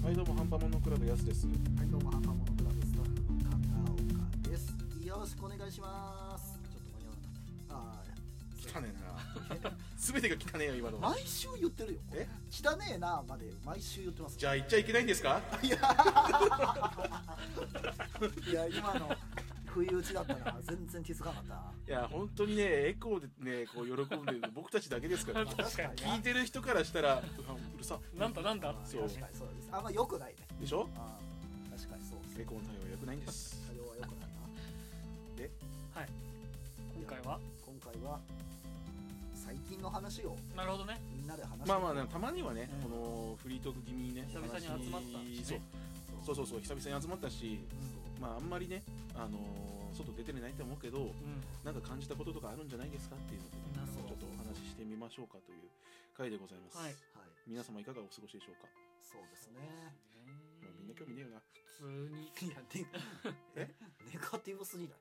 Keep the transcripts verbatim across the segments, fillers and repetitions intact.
はいどうもハンパモノクラブやすです。 はいどうもハンパモノクラブスタッフの片岡です。よろしくお願いします。ちょっと間に合わなかった。あ汚ねえな全てが汚ねえよ今の。 毎週言ってるよ。 え汚ねえなまで毎週言ってます。 じゃあ言っちゃいけないんですか？ いやいや今の不意打ちだったな。全然気づかなかった。 いや本当にねエコーでねこう喜んでるの僕たちだけですから、ね、 確かに聞いてる人からしたらうるさなんだなんだそう確かにそうです。あんま良くないね。 でしょ。 あ確かにそうです。 エコーの対応は良くないんです。 対応は良くないな。 ではい今回は今回は最近の話をなるほどねみんなで話してまあまあ、ね、たまにはね、 うん、 このフリートーク気味にね久々に集まったし、ね、 そうそうそうそう久々に集まったし、 うん、 まああんまりねあのー、外出てないと思うけど、うん、なんか感じたこととかあるんじゃないですかっていうので、ね、ちょっとお話ししてみましょうかという回でございます、はいはい、皆様いかがお過ごしでしょうか。 そうですね、 まあ、みんな興味ねえよな普通にいやネえネガティブすぎない。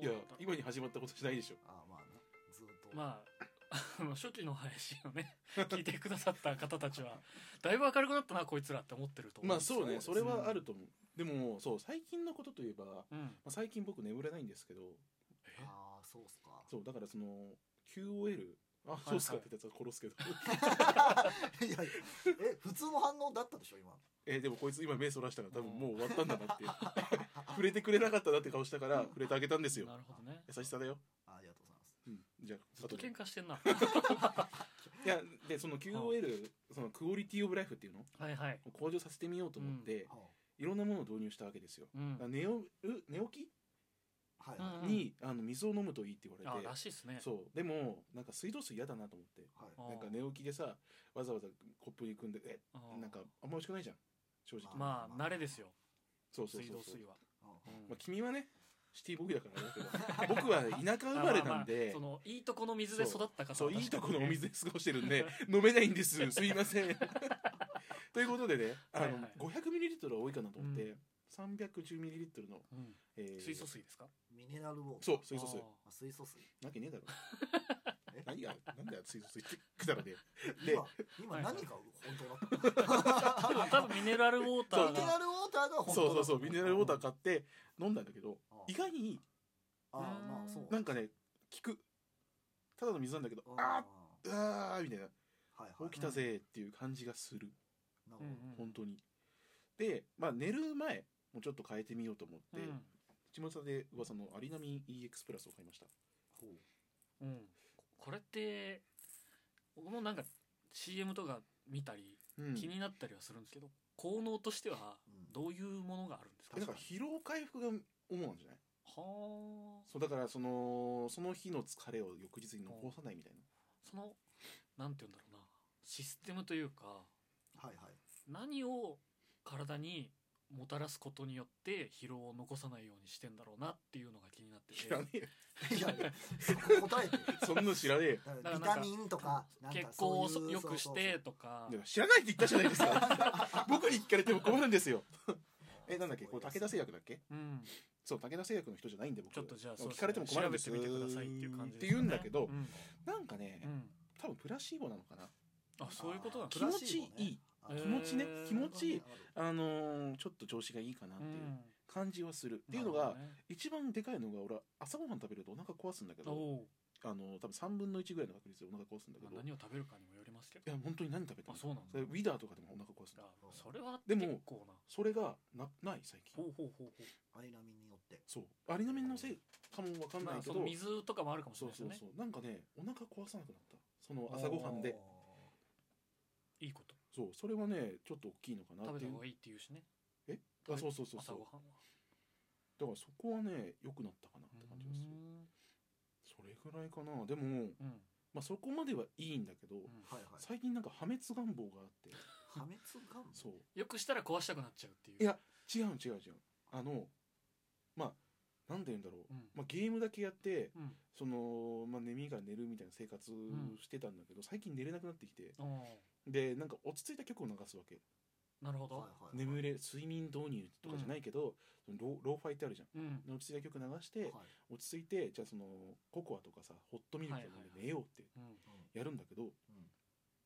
いや今に始まったことじゃないでしょ。 あまあねずっとまあ初期の配信をね聞いてくださった方たちはだいぶ明るくなったなこいつらって思ってると思う。 まあそうねそれはあると思う、うん、でもそう最近のことといえば、うんまあ、最近僕眠れないんですけど。 えああそうっすか。 そうだからその キューオーエル あ、そうっすかってやつは殺すけどいやいやえ普通の反応だったでしょ今。 えでもこいつ今目そらしたから多分もう終わったんだなって触れてくれなかったなって顔したから触れてあげたんですよ。 なるほどね優しさだよ。 あありがとうございます、 うん、じゃあずっと喧嘩してんないやでその キューオーエル そのクオリティオブライフっていうの、 はいはい、 向上させてみようと思って、うん、いろんなものを導入したわけですよ、うん、寝お寝起きはいはい、にあの水を飲むといいって言われて。 あらしいですね。 そうでもなんか水道水嫌だなと思って、はい、なんか寝起きでさわざわざコップに汲んでえなんかあんま美味しくないじゃん正直。 まあ慣れですよ。 そうそうそうそう水道水は、 うんまあ、君はねシティボーイだからだけど僕は田舎生まれなんでまあ、まあ、 そのいいとこの水で育った方そういいとこのお水で過ごしてるんで飲めないんですすいませんということでねあの、はいはい、ごひゃくミリリットル は多いかなと思って、うんさんびゃくじゅうミリリットル の、うんえー、水素水ですか。 ミネラルウォーター。 そう水素水。 あ水素水なわけねえだろ何がなんだよ水素水ってくだらねえで 今, 今何が本当だった多分ミネラルウォーターがミネラルウォーターが本当だそうそうそうミネラルウォーター買って飲んだんだけど意外にああまあそうなんかね効くただの水なんだけどあーあーみたいな、はいはい、起きたぜっていう感じがする、 なるほど本当に。でまあ寝る前もうちょっと変えてみようと思って、うん、巷で噂のアリナミン イーエックス プラスを買いました。 ほう、うん、これって僕もなんか シーエム とか見たり、うん、気になったりはするんですけど効能としてはどういうものがあるんですか。 だから疲労回復が主なんじゃない。 はあ。 そうだからそのその日の疲れを翌日に残さないみたいな、 そのなんていうんだろうなシステムというか、 はいはい、 何を体にもたらすことによって疲労を残さないようにしてんだろうなっていうのが気になってて。 知らねえよいやいや答えてそんなの知らねえよ。 ビタミンとか血行を良くしてとか知らないって言ったじゃないですか僕に聞かれても困るんですよえなんだっけこれ武田製薬だっけ、うん、そう武田製薬の人じゃないんで僕ちょっとじゃあ聞かれても困るんです調べてみてくださいっていう感じって言うんだけど、 うん、 なんかね、うん、多分プラシーボなのかな。 あそういうことなの。 気持ちいい気持ちね気持ちあのー、ちょっと調子がいいかなっていう感じはする、うん、っていうのが、ね、一番でかいのが俺朝ごはん食べるとお腹壊すんだけどあの多分さんぶんのいちぐらいの確率でお腹壊すんだけど、 まあ、何を食べるかにもよりますけど。 いや本当に何食べても。 あそうなんだ。 ウィダーとかでもお腹壊すんだ。 それはで結構なもそれが な, ない最近。 ほうほうほうほう。 アリナミンによってそうアリナミンのせいかもわかんないけど、 まあ、その水とかもあるかもしれないですね。 そうそうそうなんかねお腹壊さなくなったその朝ごはんで。 いいこと。 そうそれはねちょっと大きいのかなっていう。 食べた方がいいっていうしね。 えあそうそうそうそう朝ごはんはだからそこはね良くなったかなって感じがする。それぐらいかな。でも、うんまあ、そこまではいいんだけど、うんはいはい、最近なんか破滅願望があって破滅願望そうよくしたら壊したくなっちゃうっていう。 いや違う違う違うあのまあなんて言うんだろう、うんまあ、ゲームだけやって、うんそのまあ、眠いから寝るみたいな生活してたんだけど、うん、最近寝れなくなってきてでなんか落ち着いた曲を流すわけ。 なるほど、 はいはいはい、眠れ睡眠導入とかじゃないけど、うん、そのロー、ローファイってあるじゃん、うん、落ち着いた曲流して、はい、落ち着いてじゃあそのココアとかさホットミルクとかで寝ようってやるんだけど、うんうん、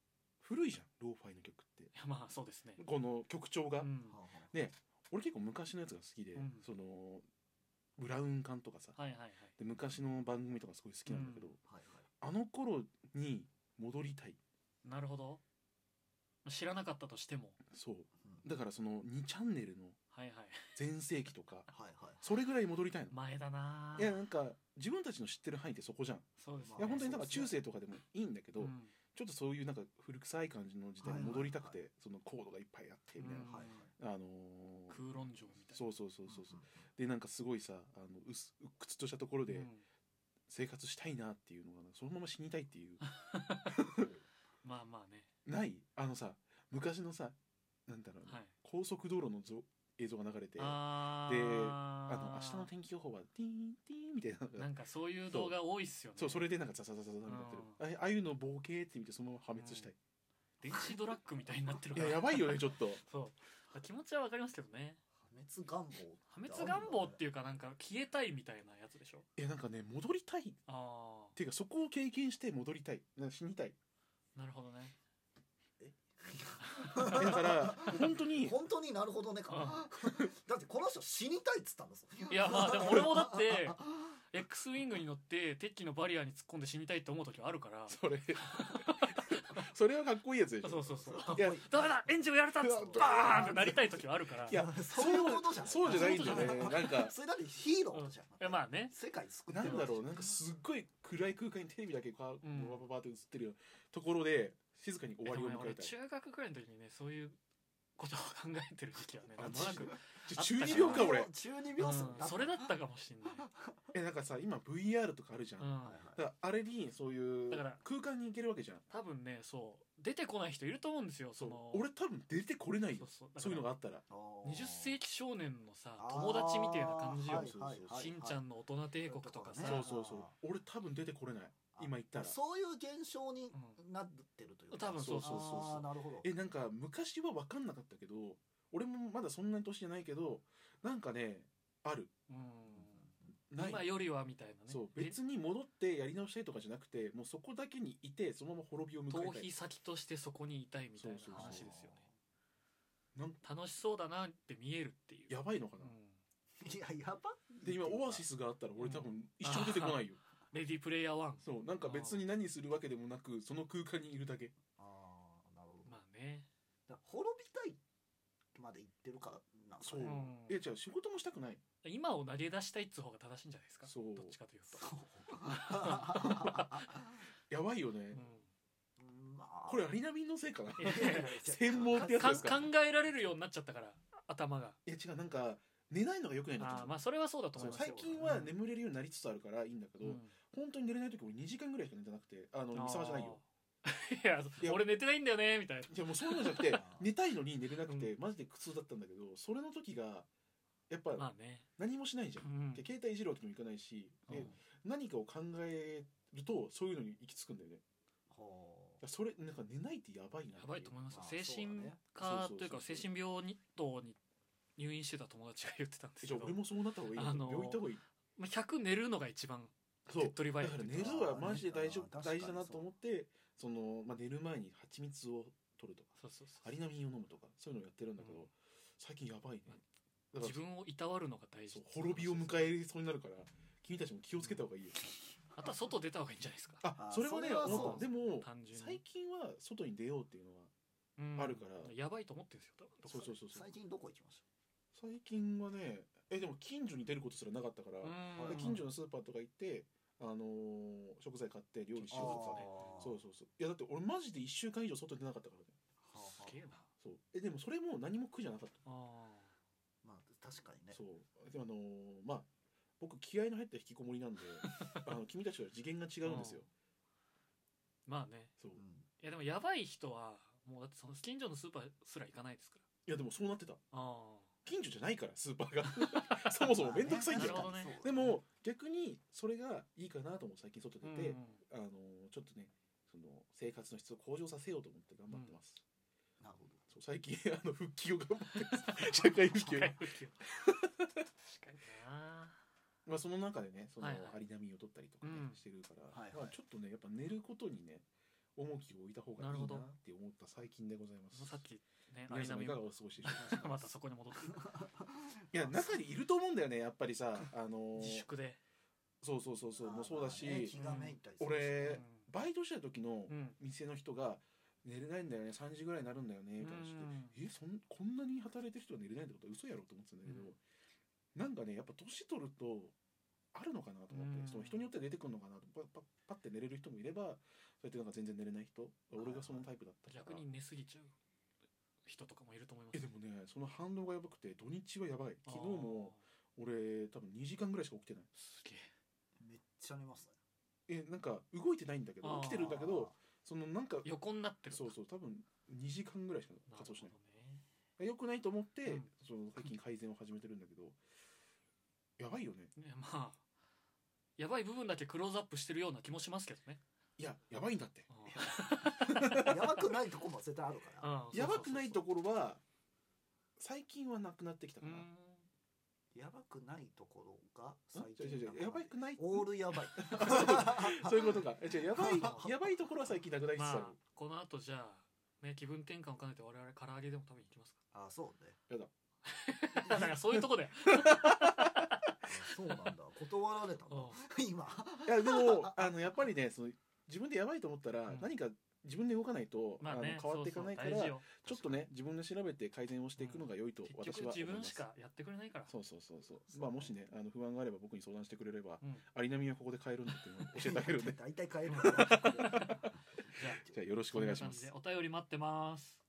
古いじゃんローファイの曲って。 いやまあそうですね、 この曲調が、 うん、 ね俺結構昔のやつが好きで、 うん、 そのブラウン管とかさ、 はいはいはい、 で昔の番組とかすごい好きなんだけど、 うんあの頃に戻りたい。 なるほど、知らなかったとしても。 そうだからそのにチャンネルの全盛期とか、 はいはい、 それぐらい戻りたいの。 前だな。 いやなんか自分たちの知ってる範囲ってそこじゃん。 そうですね、 いや本当になんか中世とかでもいいんだけど、 うん、 ちょっとそういうなんか古臭い感じの時代に戻りたくて、はいはいはい、そのコードがいっぱいあってみたいな、うん、あのー、 空論城みたいな。 そうそうそうそうそう、うん、でなんかすごいさあのうす鬱屈としたところで生活したいなっていうのがそのまま死にたいっていうまあまあね、 ないあのさ昔のさなんだろう、ね、はい、高速道路のぞ映像が流れて、あであの明日の天気予報はティーンティーンみたいな、 なんかそういう動画多いっすよね。 そうそれでなんかザザザザザになってる、ああいうのボケーって見てそのまま破滅したい、 うん、電子ドラッグみたいになってるから。 いややばいよねちょっとそう気持ちはわかりますけどね。 破滅願望破滅願望っていうかなんか消えたいみたいなやつでしょ。 いやなんかね戻りたいあっていうかそこを経験して戻りたい死にたい。 なるほどね。 だから本当に本当になるほどねかだってこの人死にたいっつったんです。 いやまあでも俺もだって X ウィングに乗って鉄器のバリアに突っ込んで死にたいって思う時はあるから。 それそれはかっこいいやつでしょ。 そうそうそう。いやダメだエンジンをやれたっつってバーンってなりたい時はあるから。 いやそういうことじゃない。 そうじゃないんだよね。なんかそれだってヒーローじゃん。いやまあね。 世界救ってる。 なんだろうなんかすっごい暗い空間にテレビだけバーバーって映ってるようなところで静かに終わりを迎えたい。 中学くらいの時にねそういうことを考えてる時期はねなんとなく中二病か俺。 中二病っす、 うん、それだったかもしれない。 えなんかさ今 ブイアール とかあるじゃん、うん、だからあれにそういう空間に行けるわけじゃん。 多分ねそう出てこない人いると思うんですよ。その俺多分出てこれないよ。そうそうそういうのがあったらにじゅっ世紀少年のさ友達みたいな感じよ。しんちゃんの大人帝国とかさ、 そうそうそう俺多分出てこれない今言ったら。 そういう現象になってるというか、 うん、多分そうそうそうそう。 なるほど。 えなんか昔は分かんなかったけど俺もまだそんなに年じゃないけどなんかねある、うん、 ない今よりはみたいなね。 そう別に戻ってやり直したいとかじゃなくてもうそこだけにいてそのまま滅びを迎えたい。 逃避先としてそこにいたいみたいな話ですよね。なん楽しそうだなって見えるっていう。 やばいのかな、 うん、いややばで今オアシスがあったら俺多分一生出てこないよ、 うん、レディープレイヤーワン。 そうなんか別に何するわけでもなくその空間にいるだけ。 ああなるほど。 まあねだ滅びたいまで言ってるからなんか、ね、 そう、うん、えじゃあ仕事もしたくない。 今を投げ出したいっつう方が正しいんじゃないですか。そうどっちかというとやばいよね、 うんまあ、 これアリナミンのせいかな専門ってやつですか。 考えられるようになっちゃったから頭が。 いや違うなんか寝ないのが良くないんだと思う。 あまあそれはそうだと思いますよ。 最近は眠れるようになりつつあるからいいんだけど、うん、本当に寝れない時俺にじかんぐらいしか寝てなくてあの三沢じゃないよいやいや俺寝てないんだよねみたいな。いやもうそういうのじゃなくて寝たいのに寝れなくて、うん、マジで苦痛だったんだけどそれの時がやっぱ何もしないじゃん、まあね、携帯いじるわけにもいかないし、うん、何かを考えるとそういうのに行き着くんだよね。それなんか寝ないってやばいな。 やばいと思います。精神科というか精神病棟に入院してた友達が言ってたんですけど。 じゃあ俺もそうなった方がいい。あのー、病院行った方がいい。 ひゃく寝るのが一番手っ取り早い。 だから寝るはマジで大丈夫大事だなと思ってその、まあ、寝る前に蜂蜜を取るとかそうそうそうアリナミンを飲むとかそういうのをやってるんだけど、うん、最近やばいね。 だから自分をいたわるのが大事。 滅びを迎えそうになるから君たちも気をつけた方がいいよ。 あとは外出た方がいいんじゃないですか。 あそれはね思った。でも最近は外に出ようっていうのはあるから、 うん、やばいと思ってるんですよ。 そうそうそうそう。 最近どこ行きました？ 最近はねえでも近所に出ることすらなかったから近所のスーパーとか行ってあのー、食材買って料理しようとかね。そうそうそう。いやだって俺マジでいっしゅうかん以上外に出なかったからね。 すげえな。 そうえでもそれも何も苦じゃなかった。 あまあ確かにね。 そうであのー、まあ僕気合いの入った引きこもりなんであの君たちは次元が違うんですよ。 まあね。 そう、うん、 いやでもやばい人はもうだってその近所のスーパーすら行かないですから。 いやでもそうなってた。 あ近所じゃないからスーパーがそもそもめんどくさいんだよ、ね、でも逆にそれがいいかなと思う。最近外出て、うん、あのちょっとねその生活の質を向上させようと思って頑張ってます、 うん、なるほど。 そう最近あの復帰を頑張ってます社会復帰を確かにな。まあその中でねそのアリナミンを取ったりとか、ねはいはい、してるから、はいはいまあ、ちょっとねやっぱ寝ることにね重きを置いた方がいいなって思った最近でございます。 さっきね、 皆さんいかがお過ごしでしょうか。 またそこに戻っていや中にいると思うんだよねやっぱりさ、あのー、 自粛でそうそうそうそうもうそうだし、 ね、気がめいたりするし、 俺、うん、バイトしてた時の店の人が寝れないんだよねさんじぐらいになるんだよねみたいなして、うん、えそんこんなに働いてる人が寝れないってことは嘘やろと思ってたんだけど、うん、なんかねやっぱ年取るとあるのかなと思って、うん、その人によって出てくるのかなとパッパッパッて寝れる人もいればそうやってなんか全然寝れない人、俺がそのタイプだったから逆に寝すぎちゃう人とかもいると思います。 えでもねその反応がやばくて土日はやばい。昨日も俺多分にじかんぐらいしか起きてない。 すげえめっちゃ寝ますね。 えなんか動いてないんだけど起きてるんだけどそのなんか横になってる。 そうそう多分にじかんぐらいしか活動しない。ね、よくないと思って、うん、その最近改善を始めてるんだけどやばいよね。 いやまあやばい部分だけクローズアップしてるような気もしますけどね。 いややばいんだって。 やばくないところも絶対あるから。 やばくないところは最近はなくなってきたから。 やばくないところが最近やばくないオールやばいそういうことか。じゃあやばいやばいところは最近なくなりつつある、まあ、 この後じゃあね気分転換を兼ねて我々唐揚げでも食べに行きますか。 ああそうね。 やだだからそういうとこだよそうなんだ断られたの今。 いやでもあのやっぱりねその自分でやばいと思ったら、うん、何か自分で動かないと、まあね、あの変わっていかないからちょっとね自分で調べて改善をしていくのが良いと私は思います。 自分しかやってくれないから。 そうそうそうそう。まあもしねあの不安があれば僕に相談してくれれば、うん、アリナミはここで買えるんだっていうのを教えてあげるんで。 大体買える。 じゃあよろしくお願いします。 お便り待ってます。